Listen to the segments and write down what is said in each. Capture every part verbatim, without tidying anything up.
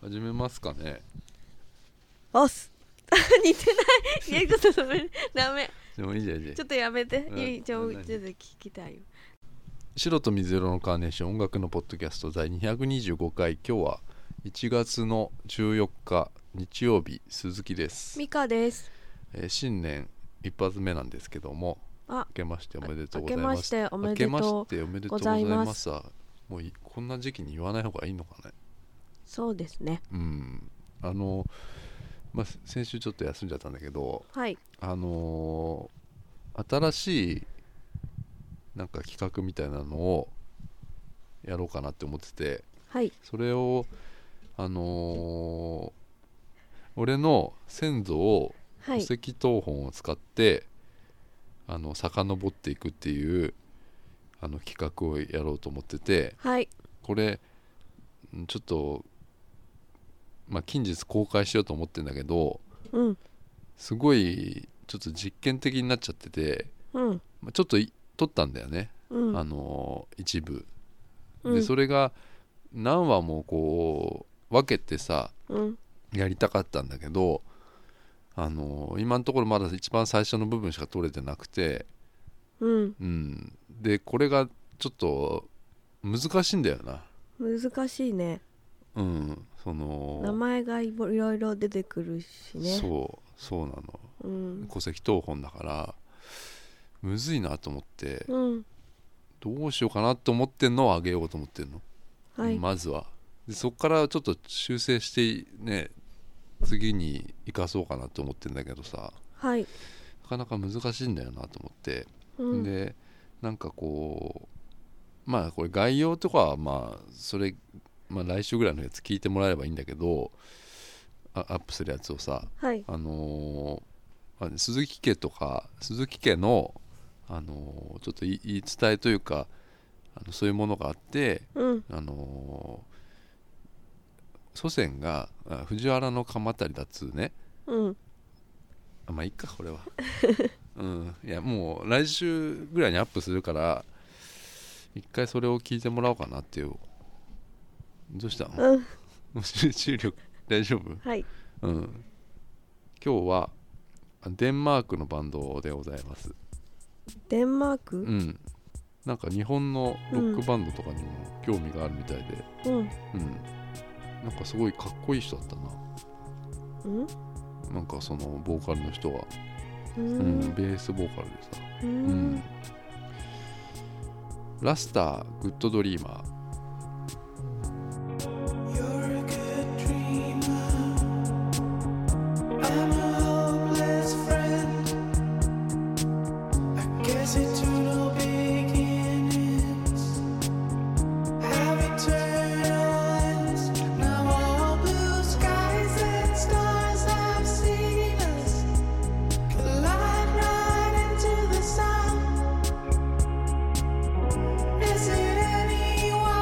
始めますかね。 おっす似てない。ちょっとダメ。 でもいいじゃんいいじゃん。 ちょっとやめて。 うんいいちょっと聞きたいよ。 白と水色のカーネーション音楽のポッドキャスト第にひゃくにじゅうごかい。今日はいちがつのじゅうよっか日曜日、鈴木です。 ミカです。 えー、新年一発目なんですけども、 あ、 明けましておめでとうございます。 明けましておめでとう明けましておめでとうございます。 ございもうこんな時期に言わない方がいいのかね。 そうですね。 うん。あの、まあ、先週ちょっと休んじゃったんだけど、 はい。 あのー、新しいなんか企画みたいなのをやろうかなって思ってて、 はい。 それをあのー、俺の先祖を戸籍謄本を使って、はい、あの遡っていくっていうあの企画をやろうと思ってて、 はい、 これちょっと、まあ、近日公開しようと思ってるんだけど、 うん、 すごいちょっと実験的になっちゃってて、 うんまあ、ちょっと撮ったんだよね、 うん、 あの一部で、 うん、 それが何話もこう分けてさ、 うん、 やりたかったんだけど、あの今のところまだ一番最初の部分しか撮れてなくて、 うんうん、でこれがちょっと難しいんだよな。 難しいね。 うん、その名前がいろいろ出てくるしね。 そうそうなの、 うん、 戸籍謄本だからむずいなと思って、 うん、 どうしようかなと思ってんのをあげようと思ってんの、 はい、 まずはでそこからちょっと修正してね、次に生かそうかなと思ってんだけどさ、 はい、 なかなか難しいんだよなと思って、 うん、 でなんかこうまあこれ概要とかはまあそれ、まあ、来週ぐらいのやつ聞いてもらえればいいんだけど、アップするやつをさ、 はい、 あのー、鈴木家とか鈴木家の、あのー、ちょっと言い伝えというか、あのそういうものがあって、 うん、 あのー、祖先が藤原の鎌足だっつうね、 うん、 あまあいいかこれはうん、いやもう来週ぐらいにアップするから一回それを聞いてもらおうかなっていう。どうしたの、うん、集中力大丈夫？ はい、 うん、今日はデンマークのバンドでございます。 デンマーク？ うん、なんか日本のロックバンドとかにも興味があるみたいで、 うん、うん、 なんかすごいかっこいい人だったな。 うん、 なんかそのボーカルの人は、 うん、 うん、ベースボーカルでさ、 うん、 うん、ラスターグッドドリーマー。 Is it anyone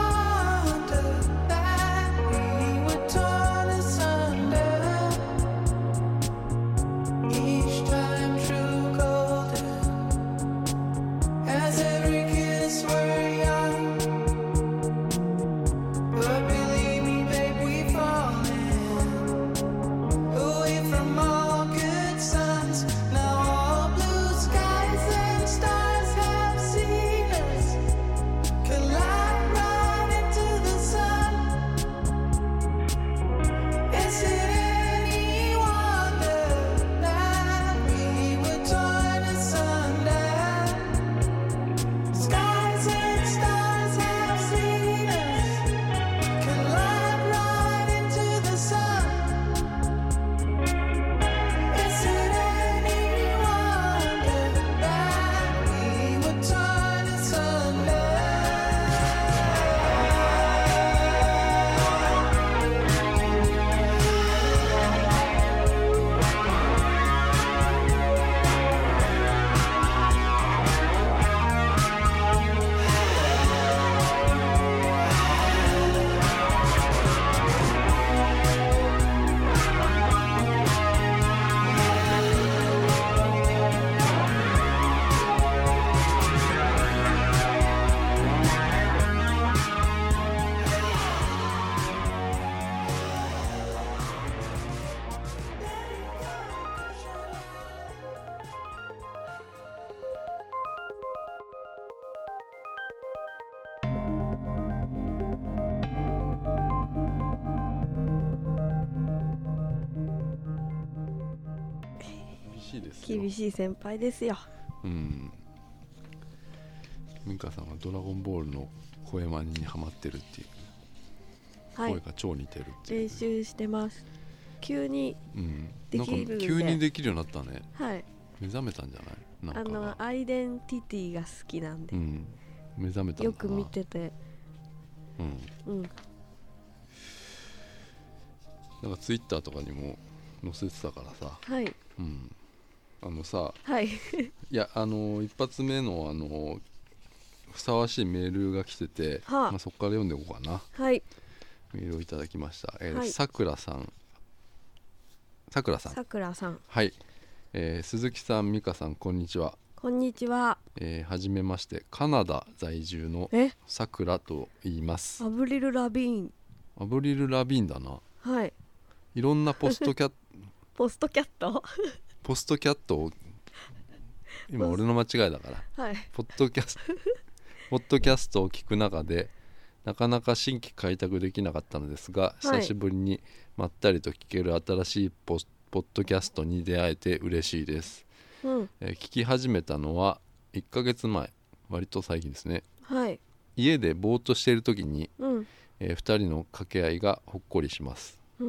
しいですよ。 厳しい先輩ですよ。 うん。ミカさんはドラゴンボールの声真似にハマってるっていう、はい、声が超似てるっていう、 練習してます。急にできるんで、 うん、なんか急にできるようになったね。 はい。 目覚めたんじゃない？なんかあのアイデンティティが好きなんで、うん、 目覚めたのかな。 よく見てて、うんうん。 なんかツイッターとかにも載せてたからさ、 はい、 うん、あのさ、 はい、いやあの一発目のあのふさわしいメールが来てて、はあ、まあ、そこから読んでいこうかな。 はい、 メールをいただきました。えーはい、 さくらさん、さくらさん、 さくらさん、 はい、えー、鈴木さん、美香さん、こんにちは。 こんにちは。 えー、はじめまして、カナダ在住のさくらと言います。 アブリル・ラビーン。 アブリル・ラビーンだな。 はい。 いろんなポストキャットポストキャットポストキャットを今俺の間違いだから、はい、ポッドキャストポッドキャストを聞く中でなかなか新規開拓できなかったのですが、はい、久しぶりにまったりと聞ける新しいポスポッドキャストに出会えて嬉しいです、うんえー、聞き始めたのはいっかげつまえ、割と最近ですね、はい、家でぼーっとしている時に、うんえー、ふたりの掛け合いがほっこりします。うん、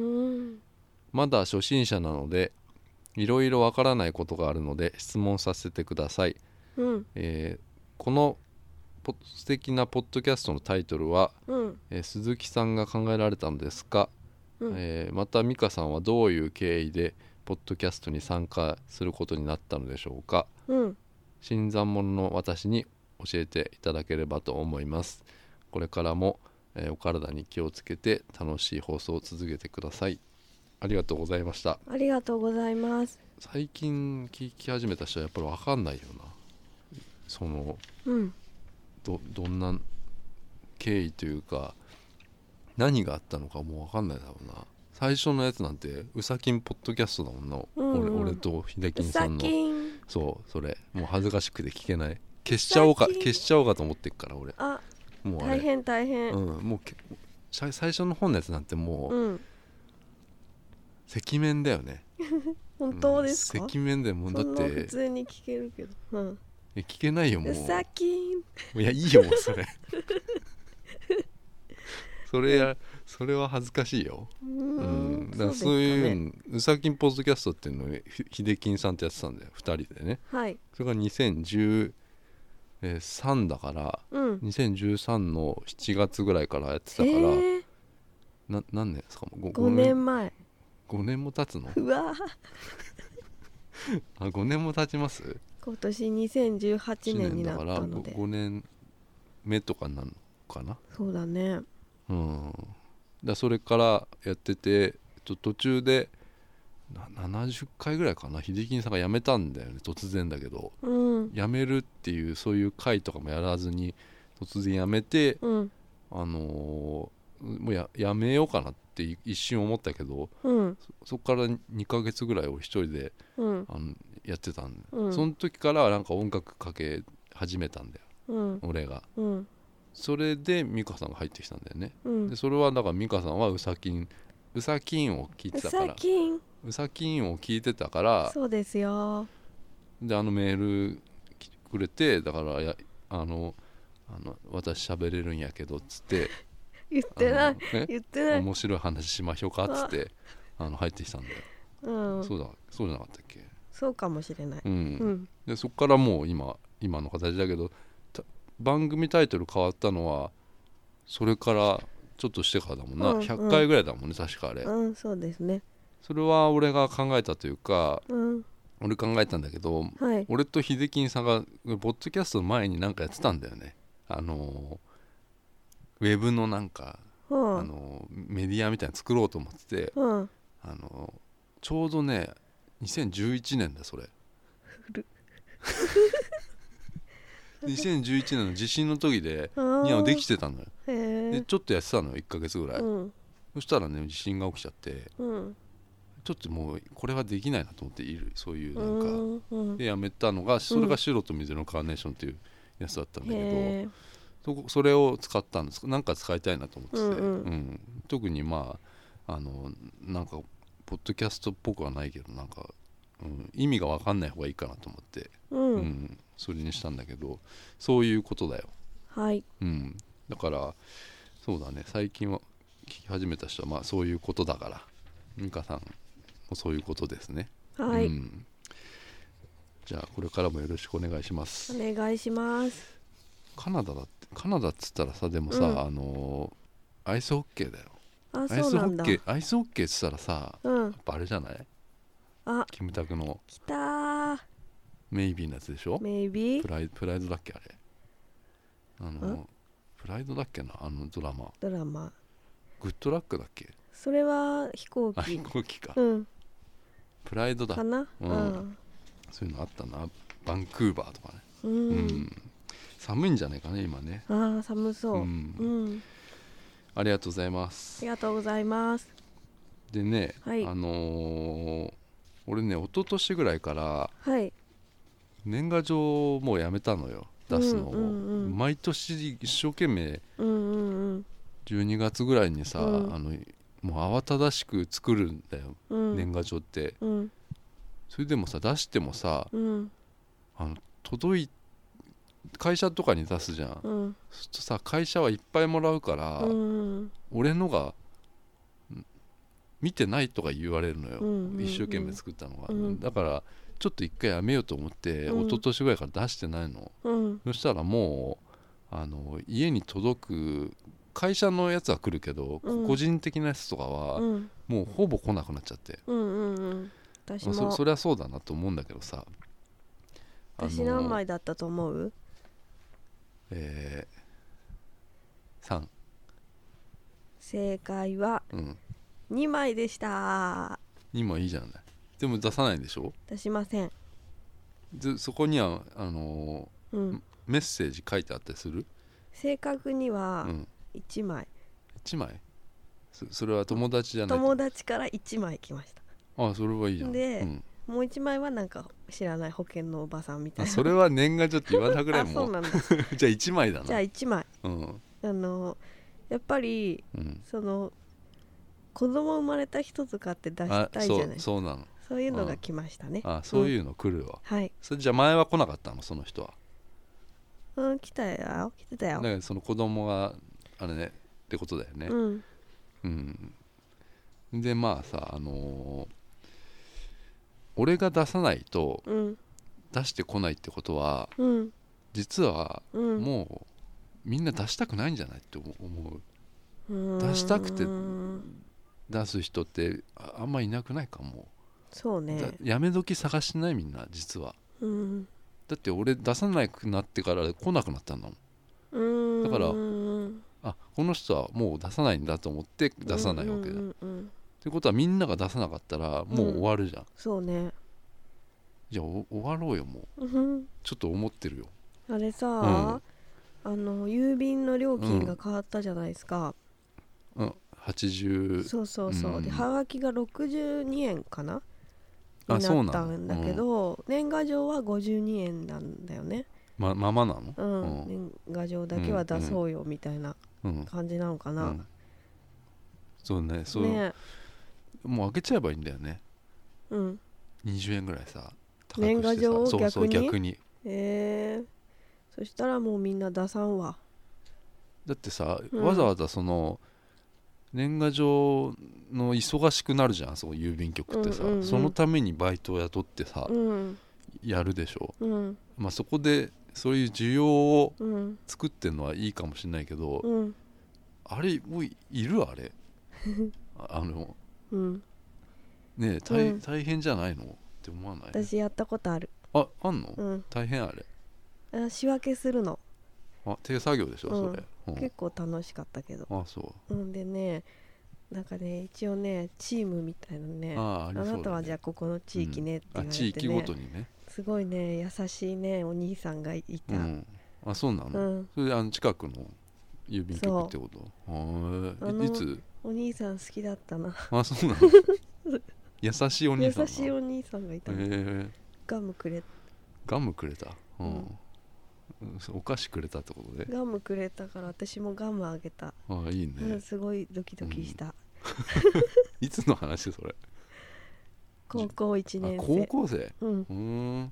まだ初心者なのでいろいろわからないことがあるので質問させてください、うんえー、この素敵なポッドキャストのタイトルは、うんえー、鈴木さんが考えられたのですか、うんえー、また美香さんはどういう経緯でポッドキャストに参加することになったのでしょうか、うん、新参者の私に教えていただければと思います。これからも、えー、お体に気をつけて楽しい放送を続けてください。ありがとうございました。 ありがとうございます。 最近聞き始めた人はやっぱり分かんないよな、その、うん、ど, どんな経緯というか何があったのかもう分かんないだろうな。最初のやつなんてうさきんポッドキャストだもんな、うんうん、俺, 俺と秀樹さんの。そうそれもう恥ずかしくて聞けない。消しちゃおうか消しちゃおうかと思ってっから俺。 あもうあれ大変大変、 うん、もう最初の本のやつなんてもう、うん赤面だよね本当ですか、 うん、赤面でもうだって普通に聞けるけど、うん、 え聞けないよもう。 うさきんいやいいよもうそれそれやそれは恥ずかしいよ。うん、うん、だからそういううさきんポッドキャストっていうのをひできんさんとやってたんだよふたりでね、はい、それがにせんじゅうさんだから、うん、にせんじゅうさんのしちがつぐらいからやってたから、な何年ですかもうご, ごねんまえ。 ごねんも経つの？ うわあごねんも経ちます。 今年にせんじゅうはちねんになったのでだからご, ごねんめとかになるのかな。 そうだね。 うんだそれからやってて途中でななじゅっかいぐらいかな秀樹さんが辞めたんだよね突然だけど、うん、辞めるっていうそういう会とかもやらずに突然辞めて、うん、あのー、もう や, やめようかなって一瞬思ったけど、うん、そ, そこからにかげつぐらいを一人で、うん、あのやってたんで、うん、その時からなんか音楽かけ始めたんだよ、うん、俺が、うん、それで美香さんが入ってきたんだよね、うん、でそれはだから美香さんはうさきんうさきんを聞いてたからうさきんうさきんを聞いてたからそうですよ。 であのメールくれてだからやあのあの私喋れるんやけどっつって言ってない言ってない面白い話しましょうかっつってあの入ってきたんだよ、うん、そうだそうじゃなかったっけ。 そうかもしれない、 うんうん、でそっからもう今今の形だけど番組タイトル変わったのはそれからちょっとしてからだもんな、うんうん、ひゃっかいぐらいだもんね確かあれ、 うん、そうですね。 それは俺が考えたというか、うん、俺考えたんだけど、はい、俺と秀樹さんがポッドキャストの前に何かやってたんだよね。あのウェブのなんか、うん、あのメディアみたいなの作ろうと思ってて、うん、あのちょうどねにせんじゅういちねんだそれにせんじゅういちねんの地震の時でにはできてたのよ。でちょっとやってたのよいっかげつぐらい、うん、そしたらね地震が起きちゃって、うん、ちょっともうこれはできないなと思っているそういうなんか、うんうん、でやめたのがそれが白と水のカーネーションっていうやつだったんだけど、そ, それを使ったんですなんか使いたいなと思ってて、うんうんうん、特にまああのなんかポッドキャストっぽくはないけどなんかうん、意味が分かんない方がいいかなと思って、 うん、 うん、それにしたんだけど、そういうことだよ。 はい、 うん、だからそうだね、最近は聞き始めた人はまあそういうことだから、美香さんもそういうことですね。 はい、 うん、じゃあこれからもよろしくお願いします。 お願いします。 カナダだってカナダっつったらさ、でもさ、 うん、 あのーアイスホッケーだよ。 あ、 アイそうなんだ。 スホッケーアイスホッケーっつったらさ、 うん、 やっぱあれじゃない、 あ、 キムタクの来たー。 メイビーのやつでしょ。 メイビープライプライドだっけあれ、あのプライドだっけな、あのドラマ。 ドラマ。 グッドラックだっけ。 それは飛行あ、飛機。 行機か、 うん、 プライドだかな。 ううんん、 そういうのあったな。バンクーバーとかね。 ううんん、寒いんじゃないかね今ね。 あー、寒そうう。 ん、 うん、 ありがとうございまあす。 りがとうございます。 でね、 はい、 あのー俺ね一昨年ぐらいからはい、 年賀状もうやめたのよ、出すのを、 うんうんうん、 毎年一生懸命うんうんじゅうにがつぐらいにさ、 うんあのもう慌ただしく作るんだよ、 うん、 年賀状って。 うんそれでもさ出してもさ、 うん、 あの届い会社とかに出すじゃん、 うん、 そうするとさ会社はいっぱいもらうから、 うん、 俺のが見てないとか言われるのよ、 うんうん、 一生懸命作ったのが、 うん、 だからちょっと一回やめようと思って、 うん、 一昨年ぐらいから出してないの、 うん、 そしたらもうあの家に届く会社のやつは来るけど、 うん、 個人的なやつとかはうん、 もうほぼ来なくなっちゃって、 うんうんうん、私まあ、そ, もそりゃそうだなと思うんだけどさ、 私何枚だったと思う？ えー、さん。 正解はうんにまいでした。 今いいじゃない。でも出さないんでしょ。 出しません。 でそこにはあのうん、 ーメッセージ書いてあったりする？ 正確にはうん、 いちまい、 いちまい。 そ, それは友達じゃないと。 友達からいちまい来ました。 ああそれはいいじゃん。 で、 うん、 もういちまいはなんか知らない保険のおばさんみたいな。 あそれは年賀状って言わなくらいあ、 もそうなんだ。 じゃあいちまいだな。 じゃあいちまい。 うんあのやっぱりうん、 その子供生まれた人とかって出したいじゃない。 あそうそうなの。 そういうのが来ましたね。 あそういうの来るわ、 はい。 それじゃあ前は来なかったのその人は。 うん、来たよ。来てたよ。 だからその子供があれねってことだよね。 うん。 うん、でまあさあのー俺が出さないとうん出してこないってことはうん実はうんもうみんな出したくないんじゃないって思う。 うーん出したくて出す人ってああんまいなくないかも。 そうね。 だやめ時探してないみんな実は。 うんだって俺出さなくなってから来なくなったんだもん。 うーんだからうんあこの人はもう出さないんだと思って出さないわけだ、 うんっうんうんてことはみんなが出さなかったらもう終わるじゃん、 そうね。 じゃあお終わろうよもう。 うんちょっと思ってるよ。 あれさ、あの郵便の料金が変わったじゃないですか。 うんはちじゅう。 そうそうそう、 うんではがきがろくじゅうにえんかなあになったそうなのんだけど、年賀状はごじゅうにえんなんだよね。 まままなの。 うん、 うん年賀状だけは出そうよみたいなうん感じなのかな。 うんそうねそう、 ね。 もう開けちゃえばいいんだよね。 うん。 にじゅうえんぐらいさ高くしてさ年賀状をそうそう逆に逆に。 えー、そしたらもうみんな出さんわ。 だってさ、 うんわざわざその年賀状の忙しくなるじゃん、そう郵便局ってさ、 うんうんうんそのためにバイトを雇ってさ、 うんやるでしょ。 うんまあそこでそういう需要をうん作ってるのはいいかもしれないけど、 うんあれもういるあれあのうんねえ 大,、 うん大変じゃないのって思わない？ 私やったことある。 ああんの、 うん大変あれ。 あ仕分けするの、 あ手作業でしょ、 うんそれ、うん結構楽しかったけど。 あそううんでね、なんかね一応ねチームみたいなね、 ああありそうだねなたはじゃあここの地域ねって言わあれてね、 地域ごとにね、 すごいね優しいねお兄さんがいた。 うん、あそうなの、 うんそれであの近くの郵便局ってこと？ あのはいいつ？ お兄さん好きだったな。 あそうなの優しいお兄優さんなしいお兄さんがいたの、 へえガムくれガムくれた、うんうんうんお菓子くれたってことで、 ガムくれたから私もガムあげた。 あいいね、 うん、すごいドキドキした、 いつの話それ？ 高校いちねん生。 あ高校生。 うんうーん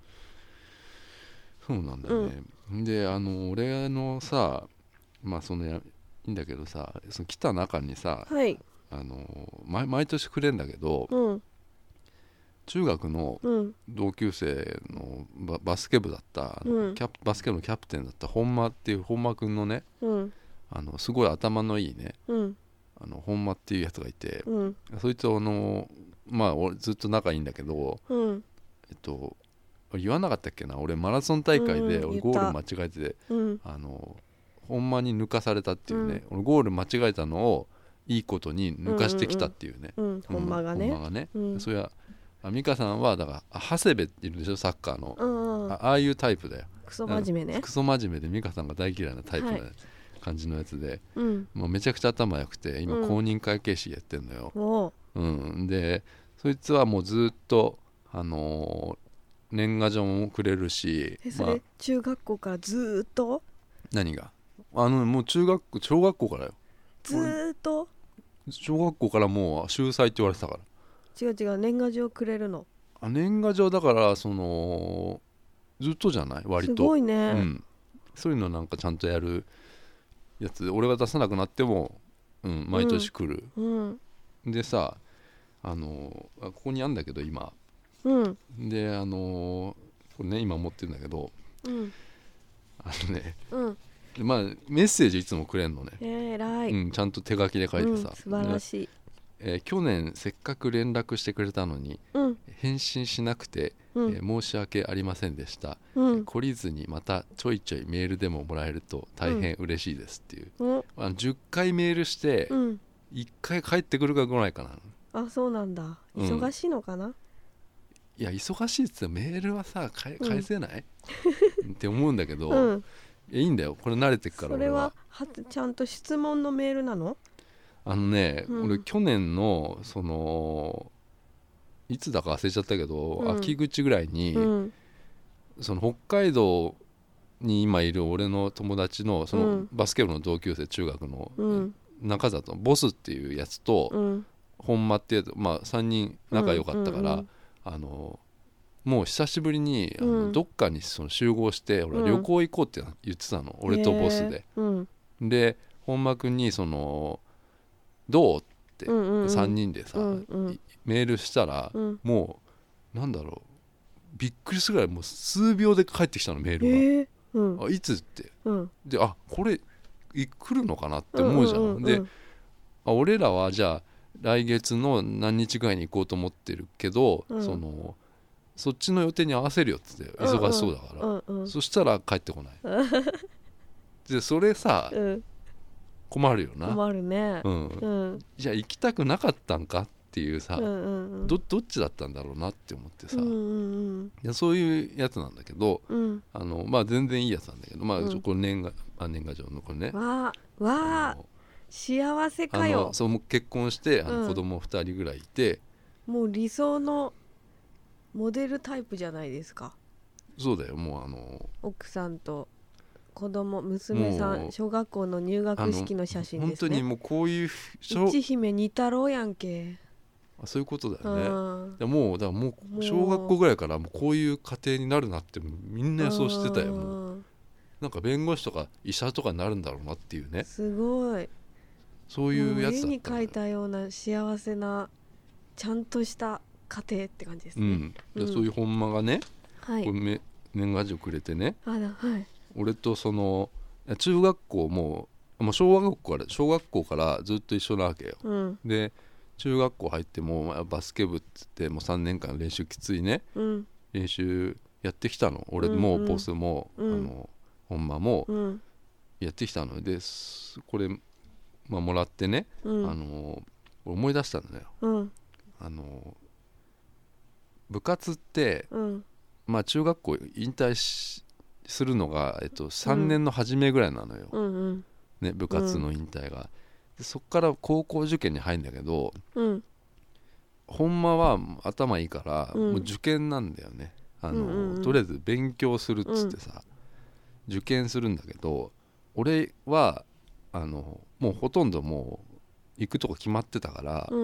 そうなんだよね、うん、であの俺のさまあそのやいいんだけどさその来た中にさ、 はい、 あの毎, 毎年くれんだけど、 うん、 中学の同級生の バ, バスケ部だった、うん、キャバスケ部のキャプテンだった本間っていう本間くんのね、うん、あのすごい頭のいいね、うん、あの本間っていうやつがいて、うん、そいつあのまあ俺ずっと仲いいんだけど、うん、えっと言わなかったっけな、俺マラソン大会で俺ゴール間違えてて、うん、あの本間に抜かされたっていうね、うん、俺ゴール間違えたのをいいことに抜かしてきたっていうね、 うんうんうん、本間がね、 本間がね、うん、それは美香さんはだから長谷部っているでしょサッカーの、うんうん、あ, ああいうタイプだよ。 クソ真面目ね。 クソ真面目で美香さんが大嫌いなタイプな感じのやつで、はい、もうめちゃくちゃ頭良くて今公認会計士やってんのよ、うんうん、でそいつはもうずっとあのー、年賀状もくれるし、 えそれ、まあ、中学校からずっと何があのもう中学校小学校からよずっと小学校からもう秀才って言われてたから。 違う違う年賀状くれるの。 あ年賀状だからそのずっとじゃない割とすごいね、 うん、そういうのなんかちゃんとやるやつで俺が出さなくなっても、うん、毎年来る、うんうん、でさあのここにあるんだけど今、うん、であのこれね今持ってるんだけど、うん、あのね、うんまあ、メッセージいつもくれんのね、 えー、偉い、 うん、ちゃんと手書きで書いてさ、うん、 素晴らしい、 えー、去年せっかく連絡してくれたのに、うん、返信しなくて、うんえー、申し訳ありませんでした、うん、懲りずにまたちょいちょいメールでももらえると大変嬉しいですっていう、うん、あのじゅっかいメールしていっかい帰ってくるかぐらいかな。 あそうなんだ忙しいのかな、うん、 いや忙しいっつってメールはさ返せない、うん、って思うんだけど、うん、いいんだよこれ慣れてくから。 それはちゃんと質問のメールなの？ あのね、うん、俺去年のそのいつだか忘れちゃったけど、うん、秋口ぐらいに、うん、その北海道に今いる俺の友達のその、うん、バスケ部の同級生中学の、うん、中里ボスっていうやつと、うん、本間ってやつ、まあ、さんにん仲良かったから、うん、あのもう久しぶりにあの、うん、どっかにその集合して、うん、俺旅行行こうって言ってたの、俺とボスで、うん、で本間くんにそのどうってさんにんでさ、うんうん、メールしたら、うん、もうなんだろうびっくりするぐらいもう数秒で返ってきたのメールが、えーうん、あいつって、うん、であこれ来るのかなって思うじゃん、うんうんうん、であ俺らはじゃあ来月の何日ぐらいに行こうと思ってるけど、うん、そのそっちの予定に合わせるよって忙しそうだから、うんうん、そしたら帰ってこないでそれさ、うん困るよな。 困るね、 うんうん、じゃあ行きたくなかったんかっていうさ、うんうんうん、ど, どっちだったんだろうなって思ってさ、うんうんうん、いやそういうやつなんだけど、うん、あのまあ、全然いいやつなんだけど、まあうん、これ年賀あ年賀状のこれねわーわー幸せかよ。 あのそう結婚してあの子供ふたりぐらいいて、 うん、もう理想のモデルタイプじゃないですか。 そうだよもうあの奥さんと子供娘さん小学校の入学式の写真ですね。 本当にもうこういう一姫二太郎やんけ。 あそういうことだよね。もうだからもう小学校ぐらいからもうこういう家庭になるなってみんな予想してたよ。もうなんか弁護士とか医者とかになるんだろうなっていうね。 すごいそういうやつだった。 絵に描いたような幸せなちゃんとした家庭って感じですね、うんでうん、そういう本間がね、はい、これ年賀状くれてね、 あら、はい、 俺とその中学校ももう小学校から小学校からずっと一緒なわけよ、うん、で中学校入ってもバスケ部って言ってもうさんねんかん練習きついね、うん、練習やってきたの俺もボスも、うん、あの本間もやってきたのでこれ、まあ、もらってね、うん、あの思い出したんだよ、うん、あの部活って、うん、まあ中学校引退しするのが、えっと、さんねんの初めぐらいなのよ、うんうんね、部活の引退が、うん、でそっから高校受験に入るんだけど、うん、本間は頭いいから、うん、もう受験なんだよねあの、うんうん、とりあえず勉強するっつってさ、うん、受験するんだけど俺はあのもうほとんどもう行くとこ決まってたから、うん、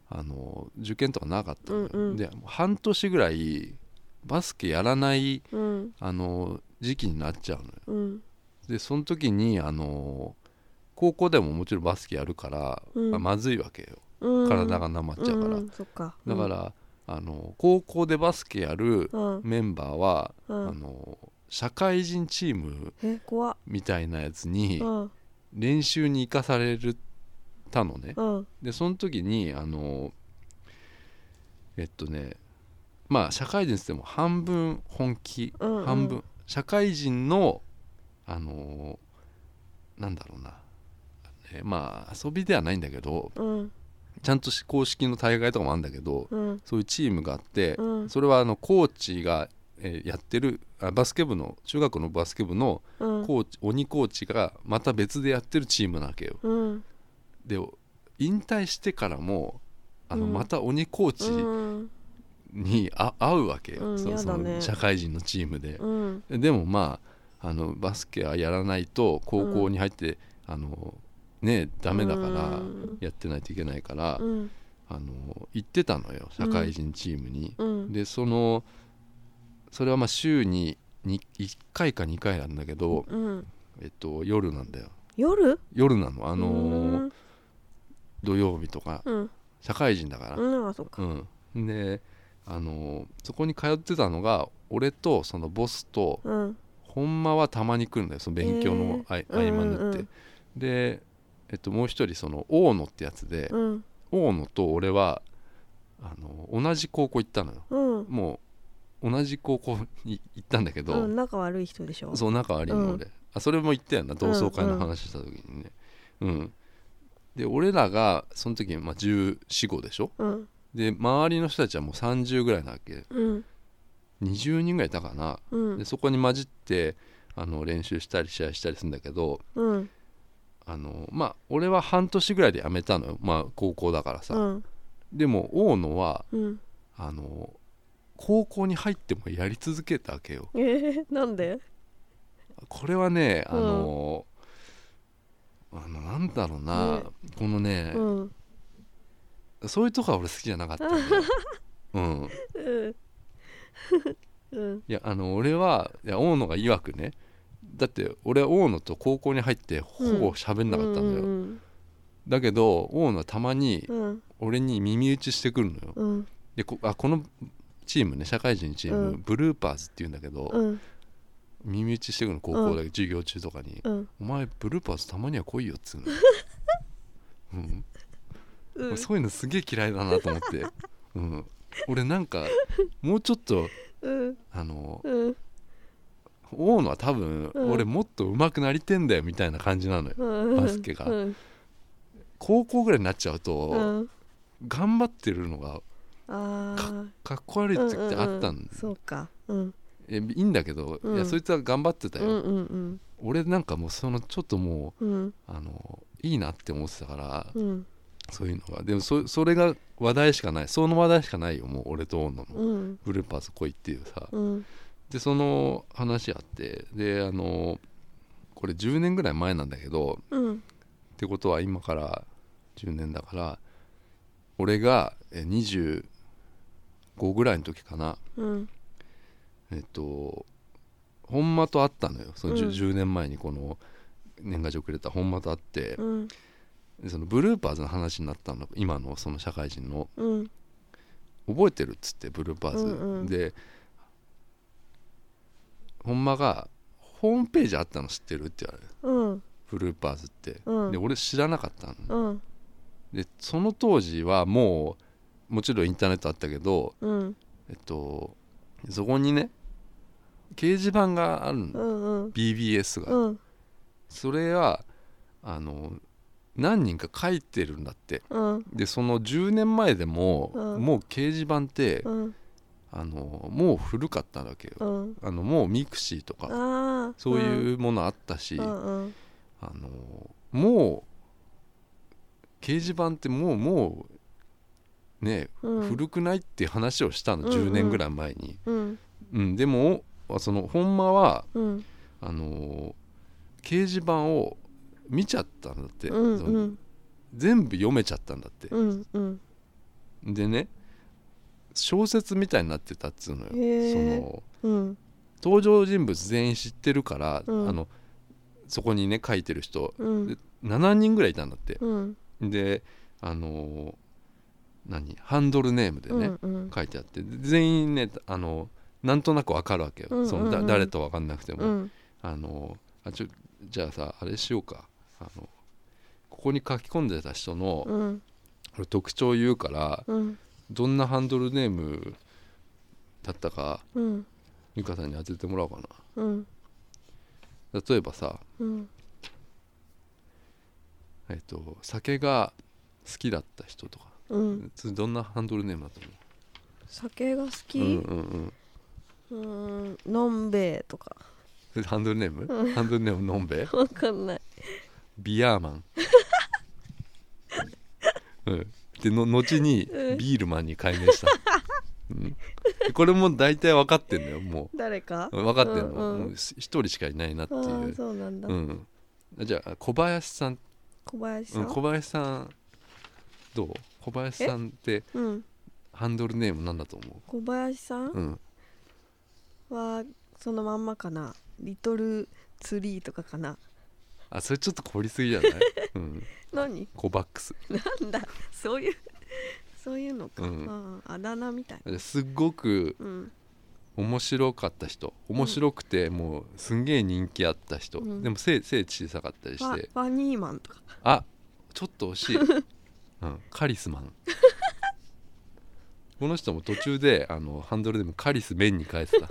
あの受験とかなかったの、 うんうん、 で半年ぐらいバスケやらない、 うん、 あの時期になっちゃうのよ、 うん、でその時にあの高校でももちろんバスケやるから、 うん、 まずいわけよ、 うん、 体がなまっちゃうから、 うんうん、そっか、 だから、うん、あの高校でバスケやるメンバーは、 うん、 あの社会人チームみたいなやつに練習に行かされたのね、うん、でその時にあのえっとねまあ社会人って言っても半分本気、うんうん、半分社会人のあのなんだろうな、えまあ遊びではないんだけど、うん、ちゃんと公式の大会とかもあるんだけど、うん、そういうチームがあって、うん、それはあのコーチが、えー、やってるあバスケ部の中学のバスケ部のコーチ、うん、鬼コーチがまた別でやってるチームなわけよ、うん、で引退してからもあの、うん、また鬼コーチにあ会うわけよ、うん、そ, その社会人のチームで、うん、でもまああのバスケはやらないと高校に入って、うん、あのねダメだからやってないといけないから、うん、あの行ってたのよ社会人チームに、うん、でそのそれはまあ週にいっかいかにかいなんだけど、うん、えっと夜なんだよ。 夜夜なの、あのー、土曜日とか、うん、社会人だから、 うん、あ、そっか、 うん、であのー、そこに通ってたのが俺とそのボスと、うん、本間はたまに来るんだよ、その勉強の合間になって、うんうんうん、で、えっと、もう一人その大野ってやつで、うん、大野と俺はあの同じ高校行ったのよ、うん、もう同じ高校に行ったんだけど、 うん、仲悪い人でしょ。 そう仲悪いの、うん、俺あそれも言ったよな、同窓会の話した時にね、うんうん、で俺らがその時まあじゅうよん、ごでしょ、うん、で周りの人たちはもうさんじゅうぐらいなわけ、うん、にじゅうにんぐらいいたかな、うん、でそこに混じってあの練習したり試合したりするんだけど、うん、あのまあ俺は半年ぐらいで辞めたのよ、まあ高校だからさ、うん、でも大野は、うん、あの高校に入ってもやり続けたわけよ。 えー、なんで？ これはね、あの、うん、あのなんだろうな、ね、このね、うん、そういうとこは俺好きじゃなかったんだよ、うん、うん、いやあの俺はいや大野が曰くね、だって俺は大野と高校に入ってほぼ喋んなかったんだよ、うんうんうん、だけど大野はたまに俺に耳打ちしてくるのよ、うん、で こ, あこのチームね、社会人チーム、うん、ブルーパーズっていうんだけど、うん、耳打ちしてくるの高校だけ、うん、授業中とかに、うん、お前ブルーパーズたまには来いよっつうの、うんうん、そういうのすげえ嫌いだなと思って、うん、俺なんかもうちょっと、うん、あの、うん、大野は多分、うん、俺もっと上手くなりてんだよみたいな感じなのよ、うん、バスケが、うん、高校ぐらいになっちゃうと、うん、頑張ってるのがあ か, かっこ悪いって言ってあったん、うんうんうん、 そうか、うん、 いいんだけど、うん、いやそいつは頑張ってたよ、うんうんうん、俺なんかもうそのちょっともう、うん、あのいいなって思ってたから、うん、そういうのがでも そ, それが話題しかない、その話題しかないよ、もう俺と大野の、うん、ブルーパーズ来いっていうさ、うん、でその話あって、であのこれじゅうねんぐらい前なんだけど、うん、ってことは今からじゅうねんだから俺がにじゅうごぐらいの時かな、うん、えっと本間と会ったのよ、その 10,、うん、じゅうねんまえにこの年賀状くれた本間と会って、うん、でそのブルーパーズの話になったの、今のその社会人の、うん、覚えてるっつって、ブルーパーズ、うんうん、で本間がホームページあったの知ってるって言われる、うん、ブルーパーズって、うん、で俺知らなかったの、うん、でその当時はもうもちろんインターネットあったけど、うん、えっとそこにね掲示板があるの、うんうん、ビービーエス が、うん、それはあの何人か書いてるんだって、うん、でそのじゅうねんまえでも、うん、もう掲示板って、うん、あのもう古かったわけよ、うん、あのもうミクシーとかそういうものあったし、うんうん、あのもう掲示板ってもうもうね、うん、古くないっていう話をしたの、うんうん、じゅうねんぐらい前に、うんうん、でもその本間は、うん、あの掲示板を見ちゃったんだって、うんうん、全部読めちゃったんだって、うんうん、 でね小説みたいになってたっつうのよ。 へーそのうん。 登場人物全員知ってるから、 うんあのそこにね書いてる人、 うんでななにんぐらいいたんだって。 うんであの何ハンドルネームでね、 うんうん書いてあって全員ねあのなんとなく分かるわけよ、 うんうんうんそのだ誰と分かんなくても、 うんあのあちょじゃあさあれしようか、あのここに書き込んでた人の、 うん俺特徴言うからうんどんなハンドルネームだったかうん美香さんに当ててもらおうかうんな。例えばさ、 うんえっと、酒が好きだった人とか、 うんそれどんなハンドルネームだと思酒が好き、 う？うんうんうんうーんのんべえとかそれハンドルネーム、 うんハンドルネームのんべわかんない。 ビヤーマン、うん、での後にうんビールマンに改名した、うん、でこれも大体分かってんだよも誰かう分かってんの、 うんうんもう一人しかいないなっていああう、 そうなんだ、 うん、じゃあ小林さん、うん、 小林さん小林さんどう？小林さんってうんハンドルネームなんだと思小林さんう？うんはそのまんまかな。リトルツリーとかかな。 あそれちょっと凝りすぎじゃない、うん、 何コバックス、 なんだそういうそういうのか、 うんあああだ名みたいな。 すっごくうん面白かった人、面白くてもうすんげえ人気あった人、 うんでも背背小さかったりファして、 ファニーマンとか。 あちょっと惜しい、うん、カリスマンこの人も途中であのハンドルでもカリスメンに変えてた、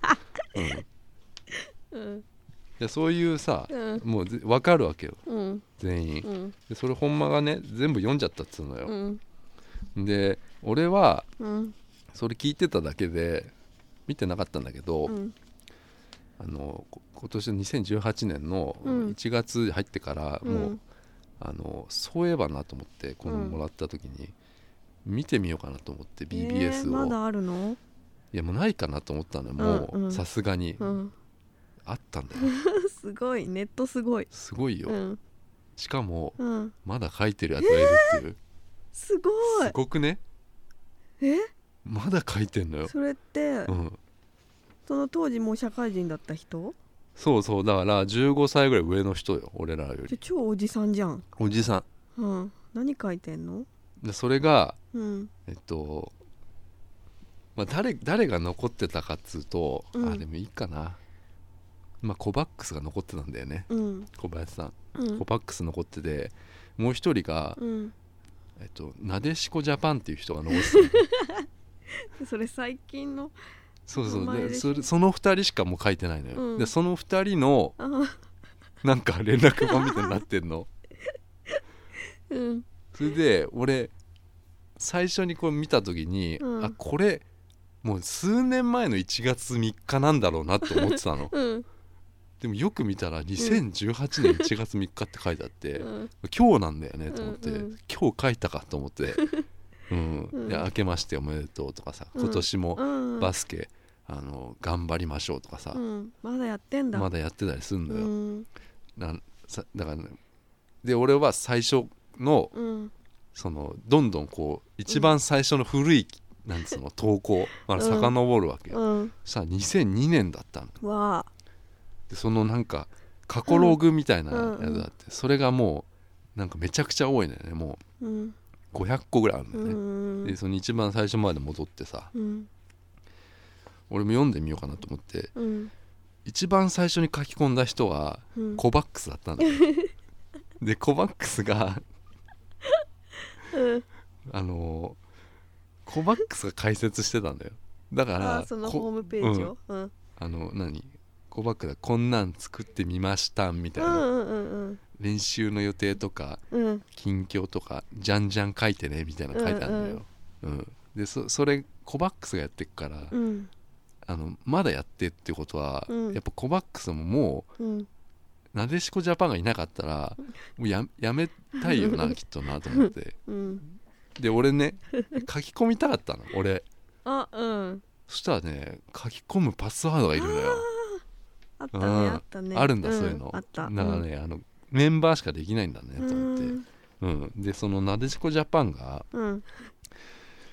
うん、 うんでそういうさ、 うんもうぜ分かるわけようん全員、 うんでそれほんまがね全部読んじゃったっつうのうよ、 んで俺はうんそれ聞いてただけで見てなかったんだけど、 うんあのこ今年のにせんじゅうはちねんのうんいちがつ入ってからうんもう、あのそういえばなと思ってこのもらった時に見てみようかなと思って ビービーエス を、 えーまだあるの？ いやもうないかなと思ったのよもうんううんさすがに、 うんあったんだよすごいネットすごい。 すごいよ、 うんしかもうんまだ書いてるやつがいるっていう、 すごいす。ごくねえまだ書いてんのよ、 それって、 うん、 その当時もう社会人だった人？ そうそうだからじゅうごさいぐらい上の人よ俺らよりじゃ超おじさんじゃん。 おじさうん何書いてんの？ んでそれがうんえっとまあ誰誰が残ってたかっつうと、 うんあでもいいかな、まあコバックスが残ってたんだよねうん小林さん、 うんコバックス残っててもう一人が、 うんえっと、なでしこジャパンっていう人が残ってたそれ最近のそうそう名前でしょでそれそのふたりしかもう書いてないのよ、 うんでそのふたりのあなんか連絡板みたいになってんのうんそれで俺最初にこう見た時に、 うんあこれもう数年前のいちがつみっかなんだろうなって思ってたのうんでもよく見たらにせんじゅうはちねんいちがつみっかって書いてあって、 うん今日なんだよねと思って、 うんうん今日書いたかと思ってうん、 うんいや明けましておめでとうとかさうん今年もうんバスケ、あの頑張りましょうとかさ、 うんまだやってんだ。 まだやってたりすんのよ、 うんなんさだから、ね、で俺は最初のうんそのどんどんこう一番最初の古い、なんつうの投稿まだ遡るわけよ、 うんさあにせんにねんだったのわあでそのなんか過去ログみたいなやうんつがあって、それがもうなんかめちゃくちゃ多いのよねもううんごひゃっこぐらいあるんだうよね、 んでその一番最初まで戻ってさうん俺も読んでみようかなと思ってうん一番最初に書き込んだ人はうんコバックスだったんだよでコバックスがうんあのーコバックスが解説してたんだよだからあそのこホームページをうんあの何コバックスがこんなん作ってみましたみたいな、 うんうんうん練習の予定とかうん近況とかじゃんじゃん書いてねみたいなの書いてあるんだよ、うんで そ, それコバックスがやってっから、 うんあのまだやってってことは、 うんやっぱコバックスももうんうなでしこジャパンがいなかったらもう や, やめたいよなきっとなと思ってうんで俺ね書き込みたかったの俺あうんそしたらね書き込むパスワードがいるのよあったねうんあったねあるんだ、そういうのあっただからね、あのメンバーしかできないんだねうんと思って、うん、でそのなでしこジャパンがうん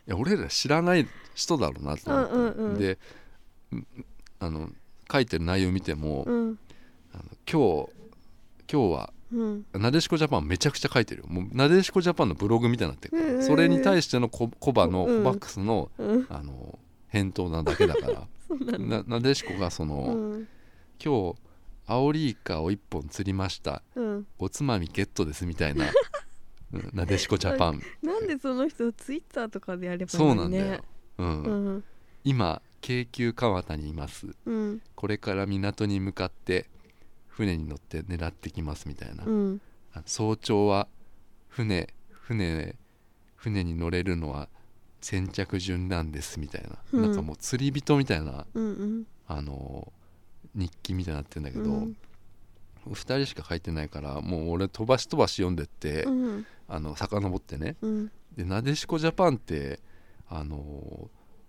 や俺ら知らない人だろうなと思って、 うんうんうん、 であの書いてる内容見ても、 うん、 あの今日今日は、うん、なでしこジャパンめちゃくちゃ書いてるよ。もうなでしこジャパンのブログみたいになってるから、うん、それに対してのコバの、うん、コバックスの、うん、あの返答なだけだからな, なでしこがその、うん、今日アオリイカをいっぽん釣りました、うん、おつまみゲットですみたいななでしこジャパンなんでその人ツイッターとかでやればいいのね。 そうなんだよ、うんうん、今京急川田にいます、うん、これから港に向かって船に乗って狙ってきますみたいな、うん、早朝は船船船に乗れるのは先着順なんですみたいな、うん、なんかもう釣り人みたいな、うんうん、あの日記みたいになってるんだけど、うん、ふたりしか書いてないからもう俺飛ばし飛ばし読んでって、うん、あの遡ってね、うん、でなでしこジャパンってあの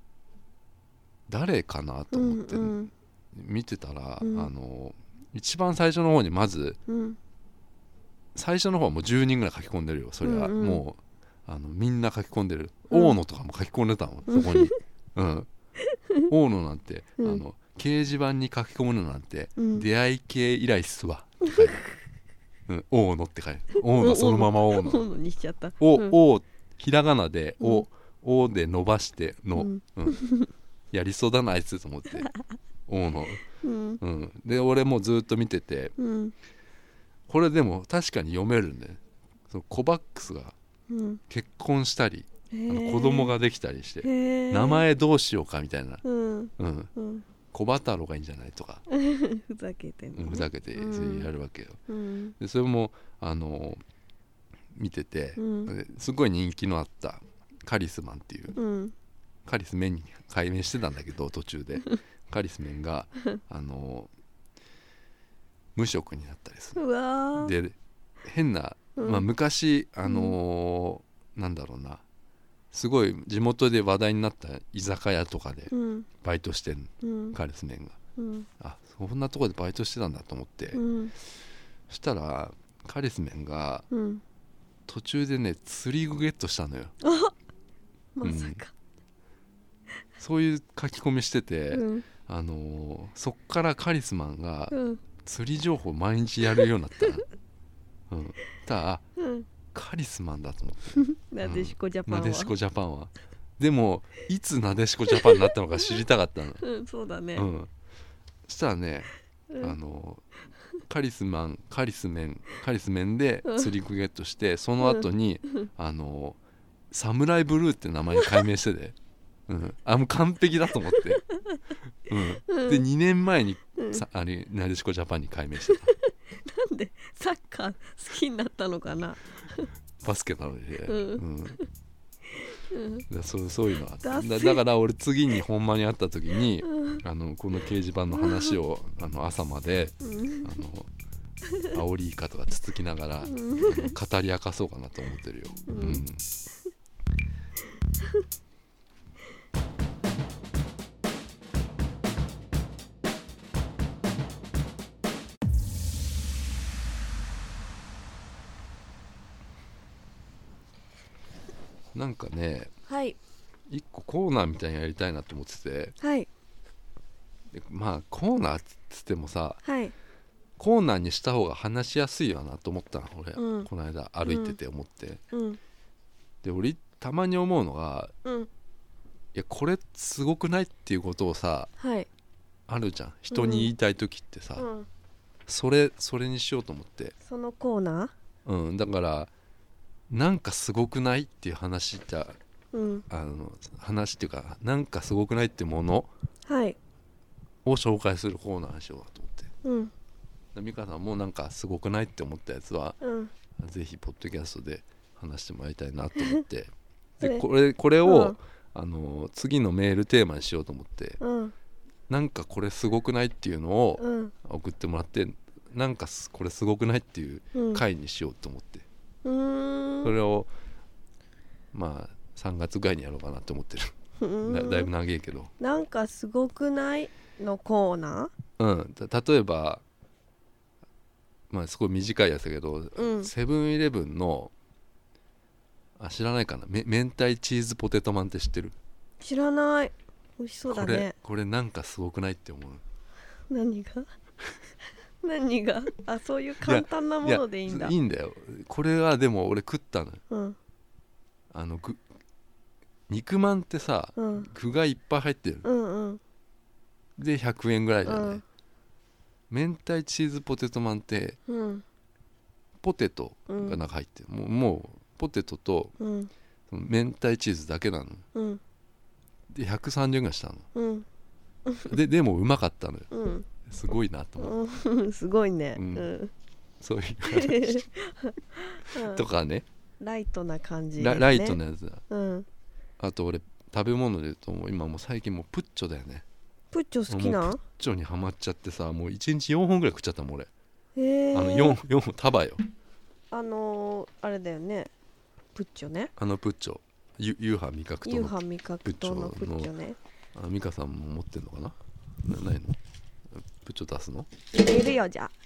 誰かなと思って見てたら、うんうん、あの一番最初の方にまず、うん、最初の方はもうじゅうにんぐらい書き込んでるよ。それは、うんうん、もうあのみんな書き込んでる、うん、大野とかも書き込んでたのそこに、うん、大野なんて、うん、あの掲示板に書き込むのなんて、うん、出会い系以来っすわって書いてある、うん、大野って書いてある。大野そのまま大野大野にしちゃった。 お、うん、おひらがなでお、うん、おで伸ばしての、うんうん、やりそうだなあいつと思って大野、うんうん、で俺もずっと見てて、うん、これでも確かに読めるんで、そのコバックスが結婚したり、うん、あの子供ができたりして名前どうしようかみたいな、うんうんうん、小バタロがいいんじゃないとかふざけて、ね、 ふざけてやるわけよ、うん、でそれもあの見てて、うん、すごい人気のあったカリスマンっていう、うん、カリスメンに改名してたんだけど途中でカリスメンがあの無職になったりする。うわで変な、まあ、昔あのーうん、なんだろうな、すごい地元で話題になった居酒屋とかでバイトしてる、うん、カリスメンが、うん、あそんなとこでバイトしてたんだと思って、うん、そしたらカリスメンが途中でね釣り具ゲットしたのよ。 まさか、 うん、そういう書き込みしてて、うん、あのー、そっからカリスマンが釣り情報毎日やるようになったな、うん、ただ、うん、カリスマンだと思ってなでしこジャパンは、 なでしこジャパンはでもいつなでしこジャパンになったのか知りたかったの、 うん、そうだね、 うん、そしたらね、うん、あのカリスマンカリスメンカリスメンで釣り具ゲットして、うん、その後に、うん、あのサムライブルーって名前に改名しててうん、あもう完璧だと思って、うん、でにねんまえに、うん、あれなでしこジャパンに改名してたなんでサッカー好きになったのかなバスケなので、うんうん、そう、そういうのはだ, だから俺次にほんまに会った時に、うん、あのこの掲示板の話を、うん、あの朝まで、うん、あのアオリイカとかつつきながら、うん、語り明かそうかなと思ってるよ、うんうんなんかね、 はい、 一個コーナーみたいにやりたいなと思ってて、 はい、 でまあコーナーっつってもさ、 はい、 コーナーにした方が話しやすいよなと思ったの俺、うん、この間歩いてて思って、うん、で俺たまに思うのが、うん、いやこれすごくないっていうことをさ、はい、あるじゃん人に言いたい時ってさ、うん、それそれにしようと思って、 そのコーナー、うん、だからなんかすごくないっていう話じゃ、うん、あの話っていうかなんかすごくないってもの、はい、を紹介するコーナーにしようかと思って、うん、美香さんもなんかすごくないって思ったやつは、うん、ぜひポッドキャストで話してもらいたいなと思ってでこれ、これを、うん、あの次のメールテーマにしようと思って、うん、なんかこれすごくないっていうのを送ってもらって、うん、なんかこれすごくないっていう回にしようと思って、うん、それをまあさんがつぐらいにやろうかなと思ってるだ, だいぶ長いけど、 なんかすごくないのコーナー、うん、例えばまあすごい短いやつだけど、うん、セブンイレブンのあ知らないかな、め明太チーズポテトマンって知ってる？ 知らない。美味しそうだね。 これこれなんかすごくないって思う。 何が何があ、そういう簡単なものでいいんだ。 いいんだよ。これはでも俺食ったのよ、 うん、 あの具肉まんってさ、 うん、 具がいっぱい入ってる、 うんうんでひゃくえんぐらいじゃない、 うん、 明太チーズポテトマンってうん、 ポテトが中入ってる、もう、もうポテトとうん、 その明太チーズだけなのうん、 でひゃくさんじゅうえんぐらいしたのうん、 ででもうまかったのよ、 うん、 すごいなと思って、 うん、すごいね。 ううんん、 そういう話とかね、 ライトな感じですね。 ラライトなやつだ。 うん。 あと俺食べ物で言うともう今もう最近もうプッチョだよね。 プッチョ好きなもうプッチョにハマっちゃってさ、もういちにちよんほんぐらい食っちゃったもん俺。 へえ。 あの 4, 4本束よ。 あのー、あれだよね、プッチョね。 あのプッチョ、ゆ夕飯味覚との夕飯味覚とのプッチョね。 あ、美香さんも持ってんのかな、なないの？プッチョ出すの？ 入れるよ、じゃあ。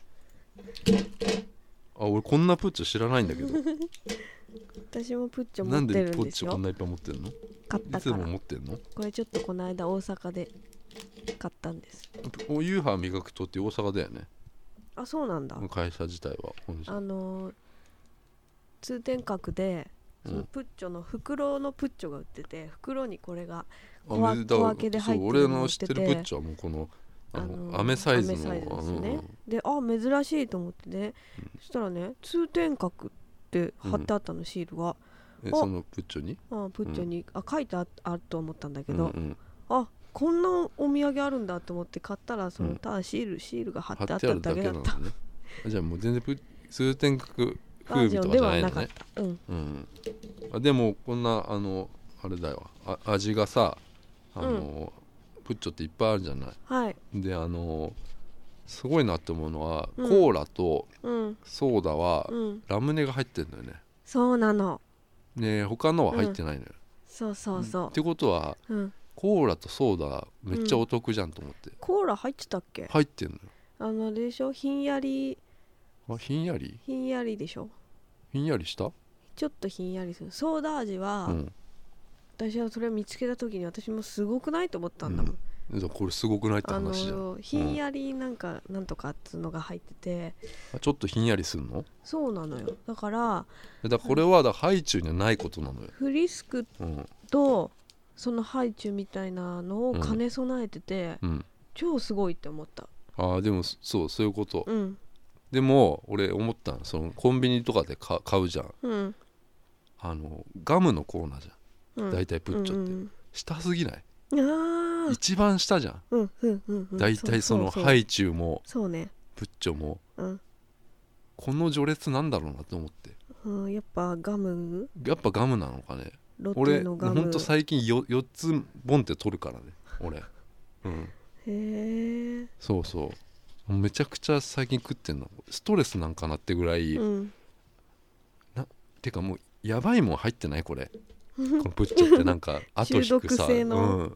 あ、俺こんなプッチョ知らないんだけど私もプッチョ持なんってるでポッんですよ。 チョこんないっぱい持ってんの？ 買ったから。 いつも持ってんの？ これちょっとこの間大阪で買ったんです。 お夕飯味覚とって大阪だよね。 あ、そうなんだ。 会社自体は本社。 あのー、通天閣でそのプッチョの袋のプッチョが売ってて、袋にこれが小分小分けで入ってるのが売ってて、 俺の知ってるプッチョはもうこのあの、 あのー、 飴サイズの飴サイズですね、 うん、 で、あ、珍しいと思ってね、うん、そしたらね、通天閣って貼ってあったの、うん、シールが。 えそのプッチョにあプッチョに、うん、あ書いてあると思ったんだけど、 うんうん、あこんなお土産あるんだと思って買ったら、そのただシールシールが貼ってあっただけだった。 ね、じゃあもう全然プ通天閣風味とかじゃないのね。うんうん、あでもこんなあのあれだよ、あ味がさあの、うん、プッチョっていっぱいあるじゃない。 はい、 であのすごいなって思うのは、うん、コーラとソーダはラムネが入ってるんだよね。 そうなのね、他のは入ってないのよ、うん、 そうそうそう、 ってことは、うん、コーラとソーダめっちゃお得じゃんと思って、うん、 コーラ入ってたっけ？ 入ってんのよ。 あのあれでしょ、ひんやり。 あ、ひんやりひんやりでしょ。 ひんやりした？ ちょっとひんやりする。ソーダ味は、うん、私はそれを見つけた時に私もすごくないと思ったんだもん、 うん、これすごくないって話じゃん。 あのひんやりなんか、うん、なんとかっつうのが入ってて、 ちょっとひんやりするの？そうなのよ。だからだからこれはだハイチュウにはないことなのよ。 フリスクと、そのハイチュウみたいなのを兼ね備えてて、うん、超すごいって思った。 ああでもそうそういうこと、 うん、 でも俺思ったの、そのコンビニとかで買うじゃん、うん、あのガムのコーナーじゃん、うん、だいたいプッチョって、うんうん、下すぎない？あ一番下じゃん、うんうんうんうん、だいたいそのハイチュウもそうね、 プッチョも、うん、この序列なんだろうなと思って、 うん、やっぱガムやっぱガムなのかね。俺ほんと最近 よ, よっつボンって取るからね俺、うん、へえ。そうそうめちゃくちゃ最近食ってんの。ストレスなんかなってぐらい、うん、なてかもうやばいもん入ってないこれこのプッチョってなんか後引くさ、うん、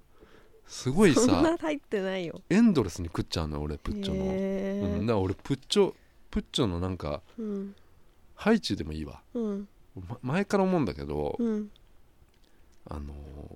すごいさ、 そんな入ってないよ。 エンドレスに食っちゃうの俺プッチョの、うん、だから俺プッチョプッチョのなんか、うん、ハイチュウでもいいわ、うんま、前から思うんだけど、うん、あの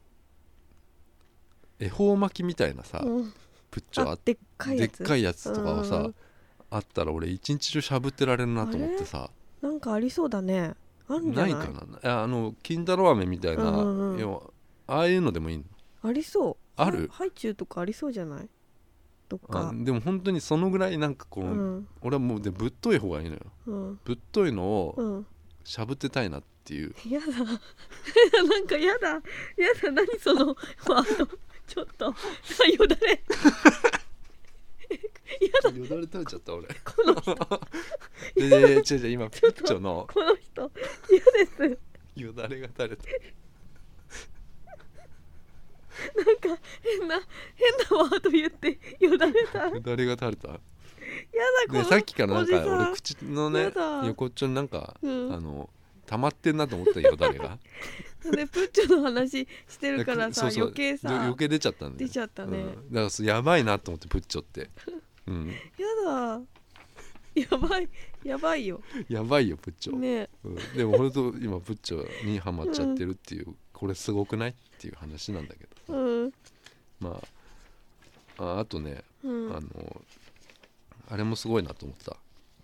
恵方巻きみたいなさ、うん、プッチョあでっかいやつでっかいやつとかをさ、うん、あったら俺一日中しゃぶってられるなと思ってさ。 なんかありそうだね。あんじゃない？ ないかな。あの金太郎飴みたいな、うんうん、ああいうのでもいいの？ありそう。 ある？ ハイチュウとかありそうじゃない？どっか。 あでも本当にそのぐらいなんかこう、うん、俺はもうでぶっとい方がいいのよ、うん、ぶっといのをしゃぶってたいなっていう。 やだなんかやだやだ、何そのあのちょっとよだれやだ、 よだれ垂れちゃった俺この人ででで違う違う今プッチョのこの人嫌ですよだれが垂れたなんか変な変なワード言ってよだれたよだれが垂れた。やだこのさっきからなんか俺口のね横っちょになんか、うん、あの溜まってんなと思ったよだれがでプッチョの話してるからさ、そうそう余計さ余計出ちゃったんで出ちゃったね、 うん、だからやばいなと思ってプッチョって、うん、 やだやばいやばいよやばいよプッチョ、 ね、 うん、でも本当今プッチョにハマっちゃってるっていう、うん、これすごくないっていう話なんだけど、うん、まあ あ, あとね、うん、あのあれもすごいなと思った。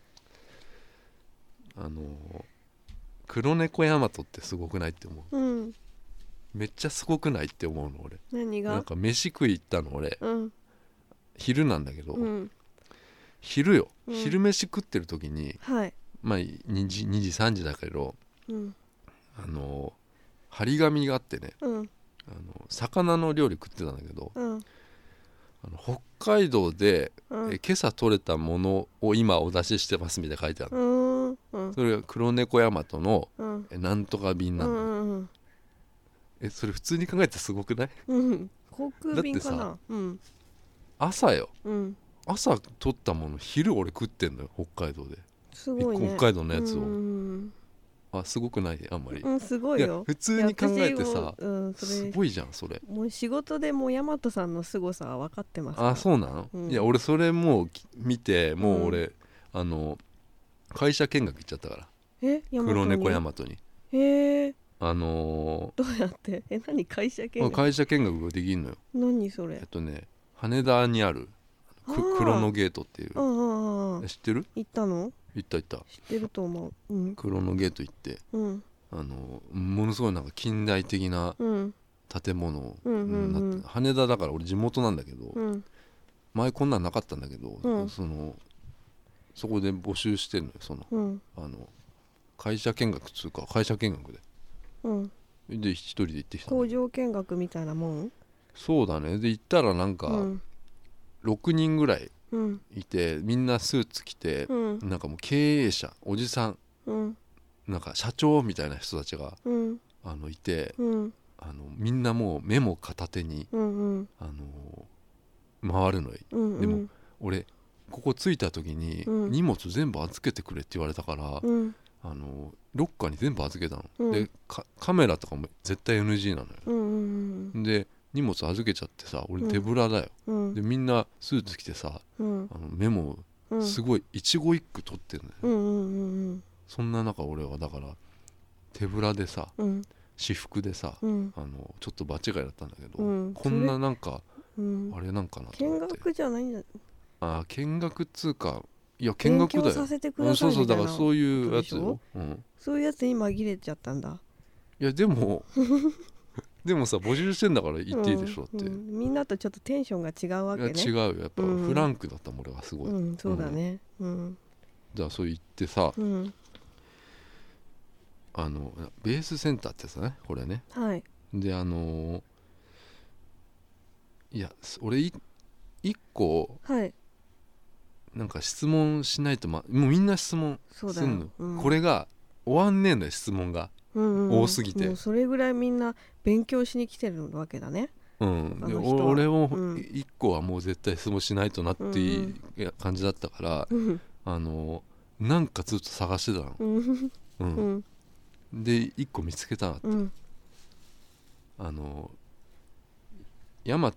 あの黒猫ヤマトってすごくないって思う、うん、めっちゃすごくないって思うの俺。 何が？ なんか飯食い行ったの俺、うん、昼なんだけど、うん、昼よ、うん、昼飯食ってる時に、はい、まあにじ、にじさんじだけど、うん、あの張り紙があってね、うん、あの魚の料理食ってたんだけど、うん、あの北海道で、うん、え今朝取れたものを今お出ししてますみたいな書いてあるの、うんうん、それが黒猫ヤマトの、うん、えなんとか便なの、うんうん、えそれ普通に考えてすごくない？うん、 航空便かな。だってさ、うん、 朝よ、うん、朝取ったもの昼俺食ってんのよ北海道で。 すごいね、 北海道のやつを、うん、あすごくないあんまり、 うん、すごいよ。いや普通に考えてさ、うん、それすごいじゃんそれ。 もう仕事でもう大和さんの凄さは分かってますから。 あそうなの、うん、いや俺それもう見てもう俺、うん、あの会社見学行っちゃったから。え黒猫ヤマトに。へえ。あのー、どうやってえ何会社見学？ 会社見学ができるのよ。 何それ？ えっとね羽田にある黒野ゲートっていう、ああ知ってる？ 行ったの？ 行った行った。 知ってると思う、うん、 黒野ゲート行って、うん、あのものすごいなんか近代的な建物になって、うん、羽田だから俺地元なんだけど、うん、前こんなんなかったんだけど、うん、そのそこで募集してるのよその、うん、あの会社見学つうか会社見学で、うん、で一人で行ってきた。 工場見学みたいなもん？ そうだね。で行ったらなんか、うん、ろくにんぐらいいて、うん、みんなスーツ着て、うん、なんかもう経営者おじさん、うん、なんか社長みたいな人たちが、うん、あのいて、うん、あのみんなもうメモ片手に、うんうん、あの回るのよ、うんうん、でも俺ここ着いた時に、うん、荷物全部預けてくれって言われたから、うん、あのロッカーに全部預けたの、うん、でカメラとかも絶対 エヌジー なのよ、うんうんうん、で荷物預けちゃってさ俺手ぶらだよ、うん、でみんなスーツ着てさ、うん、あのメモすごい一語一句取ってるのよ、うんうんうん、そんな中俺はだから手ぶらでさ、うん、私服でさ、うん、あのちょっと場違いだったんだけど、うん、こんななんか、うん、あれなんかなと思って。 見学じゃないんだ。 あ見学っつうかいや見学だよ。勉強させてくださいみたいな。そうそうだからそういうやつよ、うん、 そういうやつに紛れちゃったんだ。 いやでもでもさ募集してんだから言っていいでしょって、うんうん、みんなとちょっとテンションが違うわけね。 いや違うよやっぱフランクだったもん俺はすごい、 うん、そうだね、うん、 じゃあそう言ってさ、うん、あのベースセンターってさねこれね、はい、であのいや俺い一個、はい、なんか質問しないと、ま、もうみんな質問すんの、うん、これが終わんねえんだよ質問が、うんうん、多すぎて。 もうそれぐらいみんな勉強しに来てるわけだね、 うん、で俺も一個はもう絶対質問しないとなっていう感じだったから、うん、あのなんかずっと探してたの、うんうんうん、で一個見つけたなって、うん、あの大和って、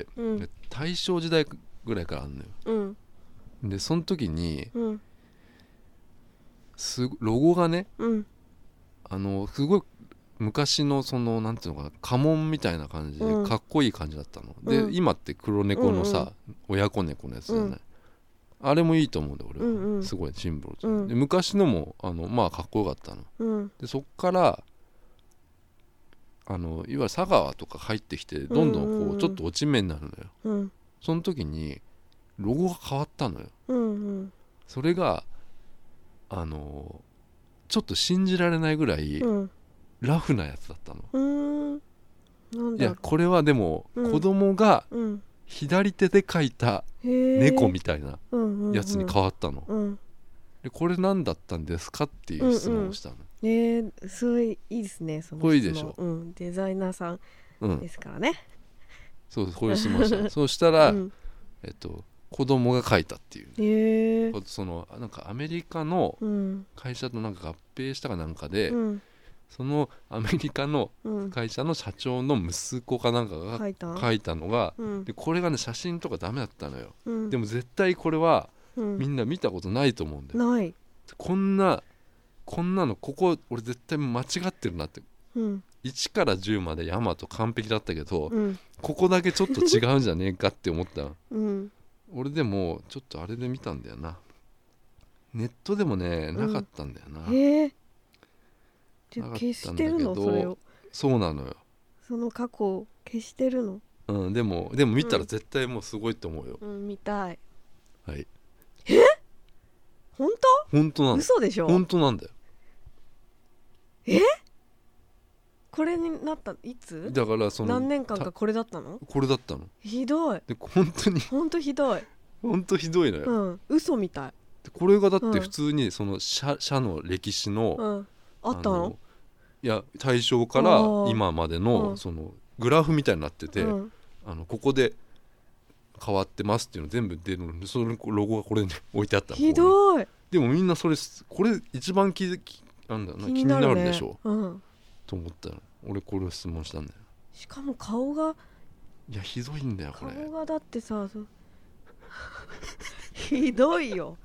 うん、大正時代ぐらいからあるのよ、うん、でその時に、うん、すロゴがね、うん、あのすごい昔のそのなんていうのかな家紋みたいな感じでかっこいい感じだったの、うん、で今って黒猫のさ、うんうん、親子猫のやつじゃない、うん、あれもいいと思うんだ俺は、うんうん、すごいシンボル、うん、で昔のもあのまあかっこよかったの、うん、でそっからあのいわゆる佐川とか入ってきてどんどんこうちょっと落ち目になるのよ、うん、その時にロゴが変わったのよ、うんうん、それがあのちょっと信じられないぐらい、うんラフなやつだったの。うーんなんだいやこれはでも、うん、子供が左手で描いた猫みたいなやつに変わったの、うんうんうん、でこれ何だったんですかっていう質問をしたの、 うんうん、えー、それいいですねその質問これいいでしょ、 うん、デザイナーさんですからね、 うん、そうこういう質問したそうしたら、うん、えっと子供が描いたっていう、ね、えー、そのなんかアメリカの会社となんか合併したかなんかで、うんそのアメリカの会社の社長の息子かなんかが書いたのが、うん、でこれがね写真とかダメだったのよ、うん、でも絶対これはうん、 みんな見たことないと思うんだよ。 ない。 こんなこんなのここ俺絶対間違ってるなって、 うん、 いちからじゅうまでヤマト完璧だったけど、 うん、 ここだけちょっと違うんじゃねえかって思った。 うん、 俺でもちょっとあれで見たんだよな、ネットでもねなかったんだよな、 うん、へえ。じゃなかった消してるんだけどのそれを。 そうなのよ。 その過去を消してるの。 うん、でもでも見たら絶対もうすごいと思うよ、 うん、見たい。 はい。 え、本当？ 本当なの。 嘘でしょ。 本当なんだよ。 え、これになったいつ？ だからその何年間かこれだったの？ これだったの。 ひどい。 で本当に本当ひどい。 本当ひどいのよ、 うん、嘘みたい。 でこれがだって普通にその社、社の歴史の、 うん、あったの？ いや大正からあー今までうんのそのグラフみたいになってて、 うん、 あのここで変わってますっていうの全部出るので、そのロゴがこれに置いてあったの。 ひここにどい。 でもみんなそれこれ一番気づきなんだろうな、 気気になになるね。 るでしょ、 うん、 と思ったの。俺これを質問したんだよ。 しかも顔がいやひどいんだよこれ。 顔がだってさそひどいよ。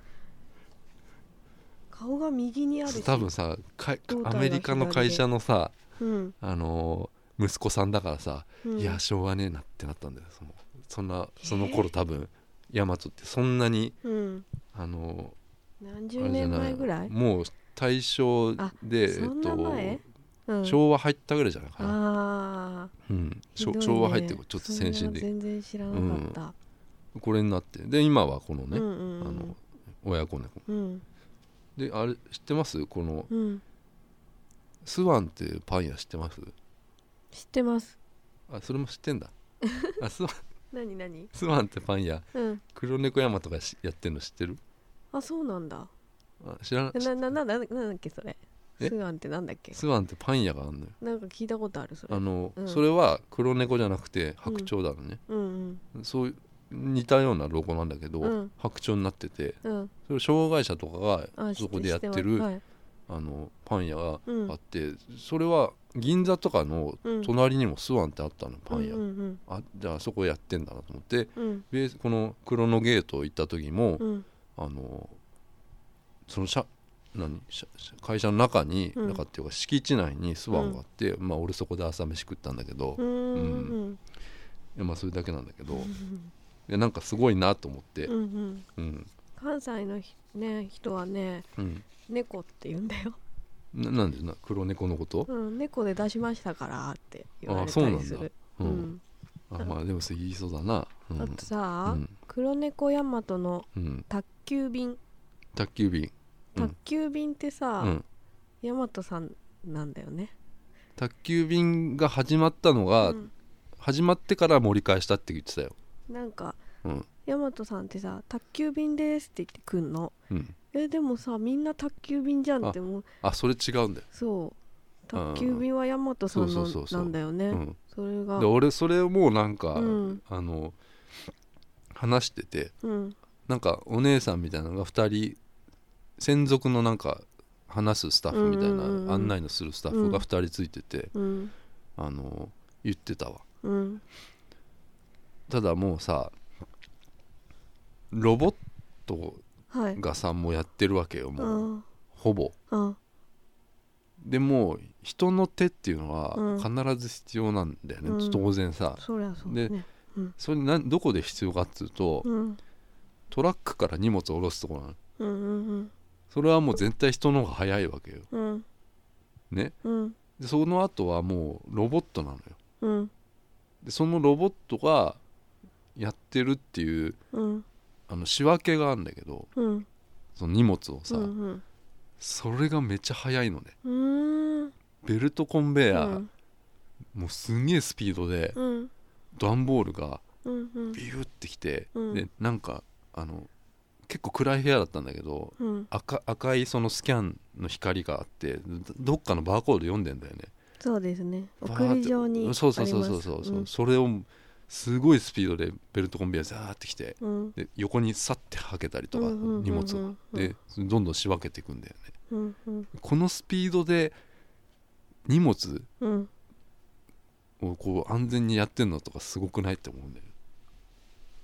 顔が右にあるし多分さか胴体がアメリカの会社のさ、 うんあのー息子さんだからさ、 うん、 いやしょうがねえなってなったんだよ。そのそんなその頃多分ヤマトってそんなに、 うん、 あの何十年前ぐらい？ もう大正で、 そんな前、 えっと、 うん、 昭和入ったぐらいじゃないかな。 ああ、 うんひどいね、 昭和入ってちょっと先進的。 全然知らなかった、 うん、これになってで今はこのね、 うんうんうん、 あの親子猫、 うん、 であれ知ってますこの、 うん、 スワンっていうパン屋知ってます？ 知ってます。 あそれも知ってんだあスワン何何？ スワンってパン屋、 うん、 黒猫山とかやってんの知ってる？ あ、そうなんだ。 あ知らななななななんだっけそれ。スワンってなんだっけ？ スワンってパン屋があるのよ。 なんか聞いたことあるそれ。 あの、 うん、 それは黒猫じゃなくて白鳥だのね、 うんうん、 そういう似たようなロゴなんだけど、 うん、 白鳥になってて、 うん、 それ障害者とかあがそこでやって知る、 はい、 あのパン屋がうんあって、それは銀座とかの隣にもスワンってあったのパン屋、 うんうんあじゃあそこやってんだなと思って、 うんでこの黒のゲート行った時も、 うん、 あのその社何社会社の中に、 うん、 中っていうか敷地内にスワンがあって、うん、まあ俺そこで朝飯食ったんだけど、 うんうんうん、 いやまあそれだけなんだけど、 うん、 いやなんかすごいなと思って、 うんうんうん、 関西のひ、ね、人はね、 うん、 猫って言うんだよ。 な, なんでな黒猫のこと、 うん、猫で出しましたからって言われあそうなんだたりする。 ううんん、 あまあでもそれ言いそうだな、うん、 あとさ、 うん黒猫ヤマトのうん、 宅急便、 宅急便、うん宅急便ってさ、 うん、 ヤマトさんなんだよね。 宅急便が始まったのが、 うん、 始まってから盛り返したって言ってたよ、 なんか、 うん、 ヤマトさんってさ宅急便ですって言ってくんの、 うん、 えでもさみんな宅急便じゃんってもう、 あそれ違うんだよ、 そう宅急便はヤマトさんのそうそうそうそうなんだよね、 うん、 それがで俺それをもうなんか、 うん、 あの話してて、 うん、 なんかお姉さんみたいなのがふたり専属のなんか話すスタッフみたいな、 うんうんうん、 案内のするスタッフがふたりついてて、 うん、 あの言ってたわ、 うん、 ただもうさロボットがさ、はい、もうやってるわけよもう、うん、ほぼ、 うん、 でも人の手っていうのはうん必ず必要なんだよね、 うん、 当然さ、 そりゃそうで、 ね、うん、 それなどこで必要かっていうと、 うん、 トラックから荷物を下ろすところなの、 うんうんうん、 それはもう絶対人の方が早いわけよ、 うん、 ね、 うん、 でその後はもうロボットなのよ、 うん、 でそのロボットがやってるっていう、 うん、 あの仕分けがあるんだけど、 うん、 その荷物をさ、 うんうん、 それがめっちゃ速いのね、 うーん、 ベルトコンベヤー、 うん、 もうすんげえスピードで、 うん、 段ボールがうんうん、 ビューってきて、 うん、 でなんかあの結構暗い部屋だったんだけど、 うん、 赤, 赤いそのスキャンの光があってどっかのバーコード読んでんだよね。 そうですね、送り状にあります。 そうそうそうそうそうそう、うん、それをすごいスピードでベルトコンベヤーザーってきて、うん、で横にさってはけたりとか、うんうんうんうん、荷物をでどんどん仕分けていくんだよね、うんうん、このスピードで荷物をこう安全にやってんのとかすごくないって思うんだよ。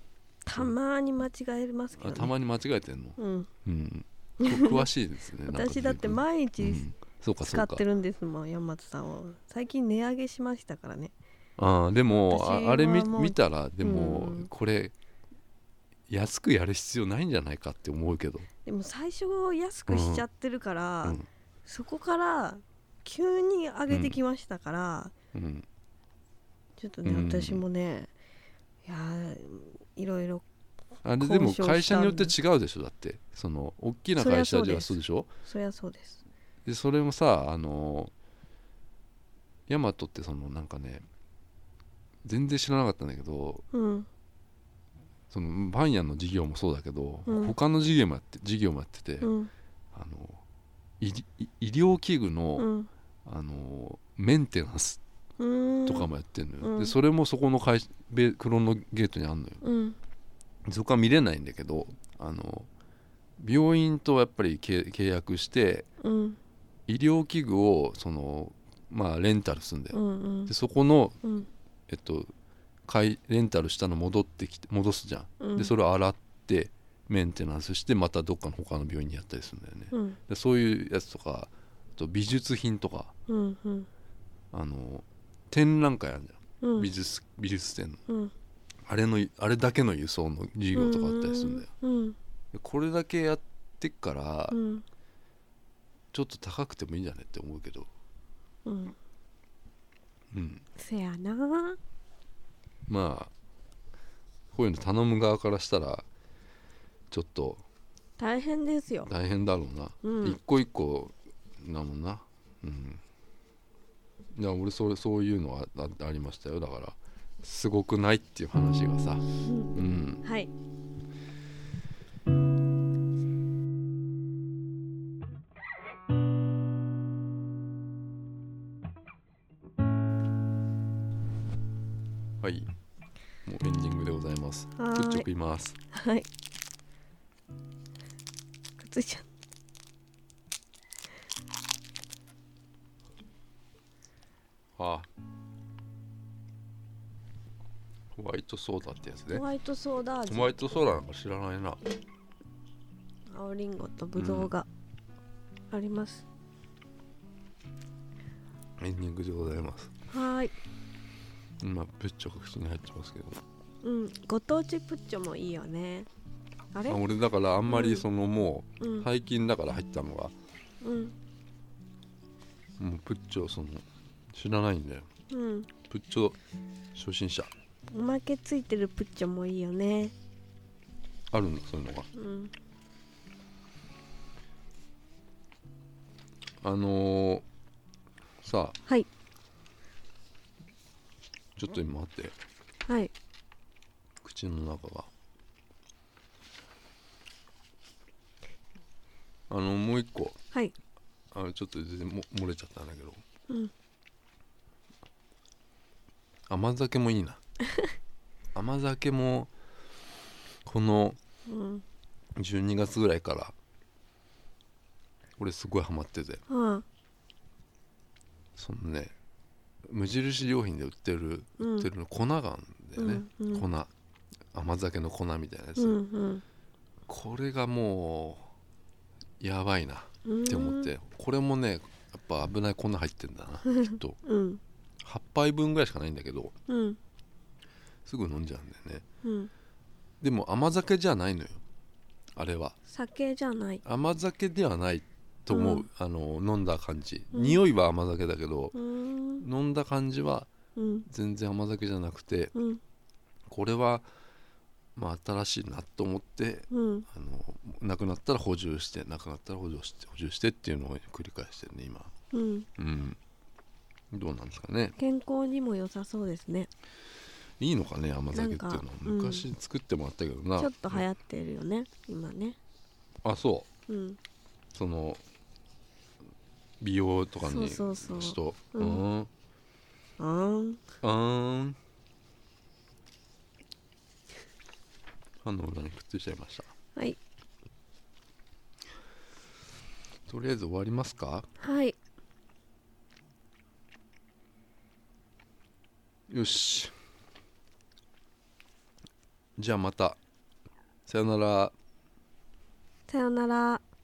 たまに間違えますけど、ね、 たまに間違えてんの。 うん、 うん、詳しいですね。 私だって毎日、うん、 そうかそうか使ってるんですもん、山松さんを。最近値上げしましたからね。 あでも あ, あれ 見, 見たらでも、うん、これ安くやる必要ないんじゃないかって思うけど、 でも最初安くしちゃってるから、うん、そこから急に上げてきましたから、うんうん、ちょっとね、うん、私もね、いやいろいろあれでも会社によって違うでしょ。だってその大きな会社ではそうでしょ。 そりゃそうです。 でそれもさ、あのヤマトってそのなんかね全然知らなかったんだけど、うん、そのパン屋の事業もそうだけど、うん、他の事業もやって事業もやってて、うん、あの 医, 医療器具の、うん、あのメンテナンスとかもやってるのよ、うん、でそれもそこの会クロノゲートにあるのよ、うん、そこは見れないんだけど、あの病院とやっぱり契約して、うん、医療器具をその、まあ、レンタルするんだよ、うんうん、でそこの、うんえっと、買いレンタルしたの戻ってきて戻すじゃん、うん、でそれを洗ってメンテナンスしてまたどっかの他の病院にやったりするんだよね、うん、でそういうやつとか、あと美術品とか、うんうん、あの展覧会あるじゃん、うん、美術美術展の、うん、あれのあれだけの輸送の事業とかあったりするんだよ、うん、でこれだけやってっから、うん、ちょっと高くてもいいんじゃねって思うけど、うんうん、せやな。 まあこういうの頼む側からしたらちょっと大変ですよ。 大変だろうな、うん、一個一個なもんな、うん、いや俺それそういうのは あ, ありましたよ。だからすごくないっていう話がさ、うん、 はい。 はい、もうエンディングでございます。プッチョ食います。 はい。くっついちゃう。 ああ、ホワイトソーダってやつね。 ホワイトソーダ味。 ホワイトソーダなんか知らないな。 青リンゴとブドウがあります、 うん、エンディングでございます。 はい。 今プッチョが口に入ってますけど、 うん、ご当地プッチョもいいよね。あれ？ あ、俺だからあんまりその、うん、もう最近だから入ったのが、うん、もうプッチョその知らないんだよ、うん、プッチョ初心者。 おまけついてるプッチョもいいよね。 あるんだそういうのが、うん、あのー、さあ、 はい、 ちょっと今待って、 はい、 口の中があのもう一個、 はい、 あのちょっと全然も漏れちゃったんだけど、うん、甘酒もいいな甘酒もこのじゅうにがつぐらいから俺すごいハマってて、うん、そのね無印良品で売ってる、うん、売ってるの粉があるんだよね、うんうん、粉甘酒の粉みたいなやつ、うんうん、これがもうやばいなって思って、これもねやっぱ危ない粉入ってんだなきっと、うん、はちはいぶんぐらいしかないんだけど、うん、すぐ飲んじゃうんだよね、うん、でも甘酒じゃないのよあれは。 酒じゃない、 甘酒ではないと思う、うん、あの飲んだ感じ、うん、匂いは甘酒だけど、うん、飲んだ感じは全然甘酒じゃなくて、うん、これはまあ新しいなと思って、うん、あのなくなったら補充してなくなったら補充して補充してっていうのを繰り返してるね今、うんうん、どうなんですかね。 健康にも良さそうですね。 いいのかね甘酒っていうのは。昔作ってもらったけどな、 ちょっと流行ってるよね今ね。 あ、そう、うん、その美容とかにそうそうそう、 うん、うんうんうん歯の裏にくっついちゃいました。 はい、 とりあえず終わりますか。 はい、 よし、じゃあまたさよなら。 さよなら。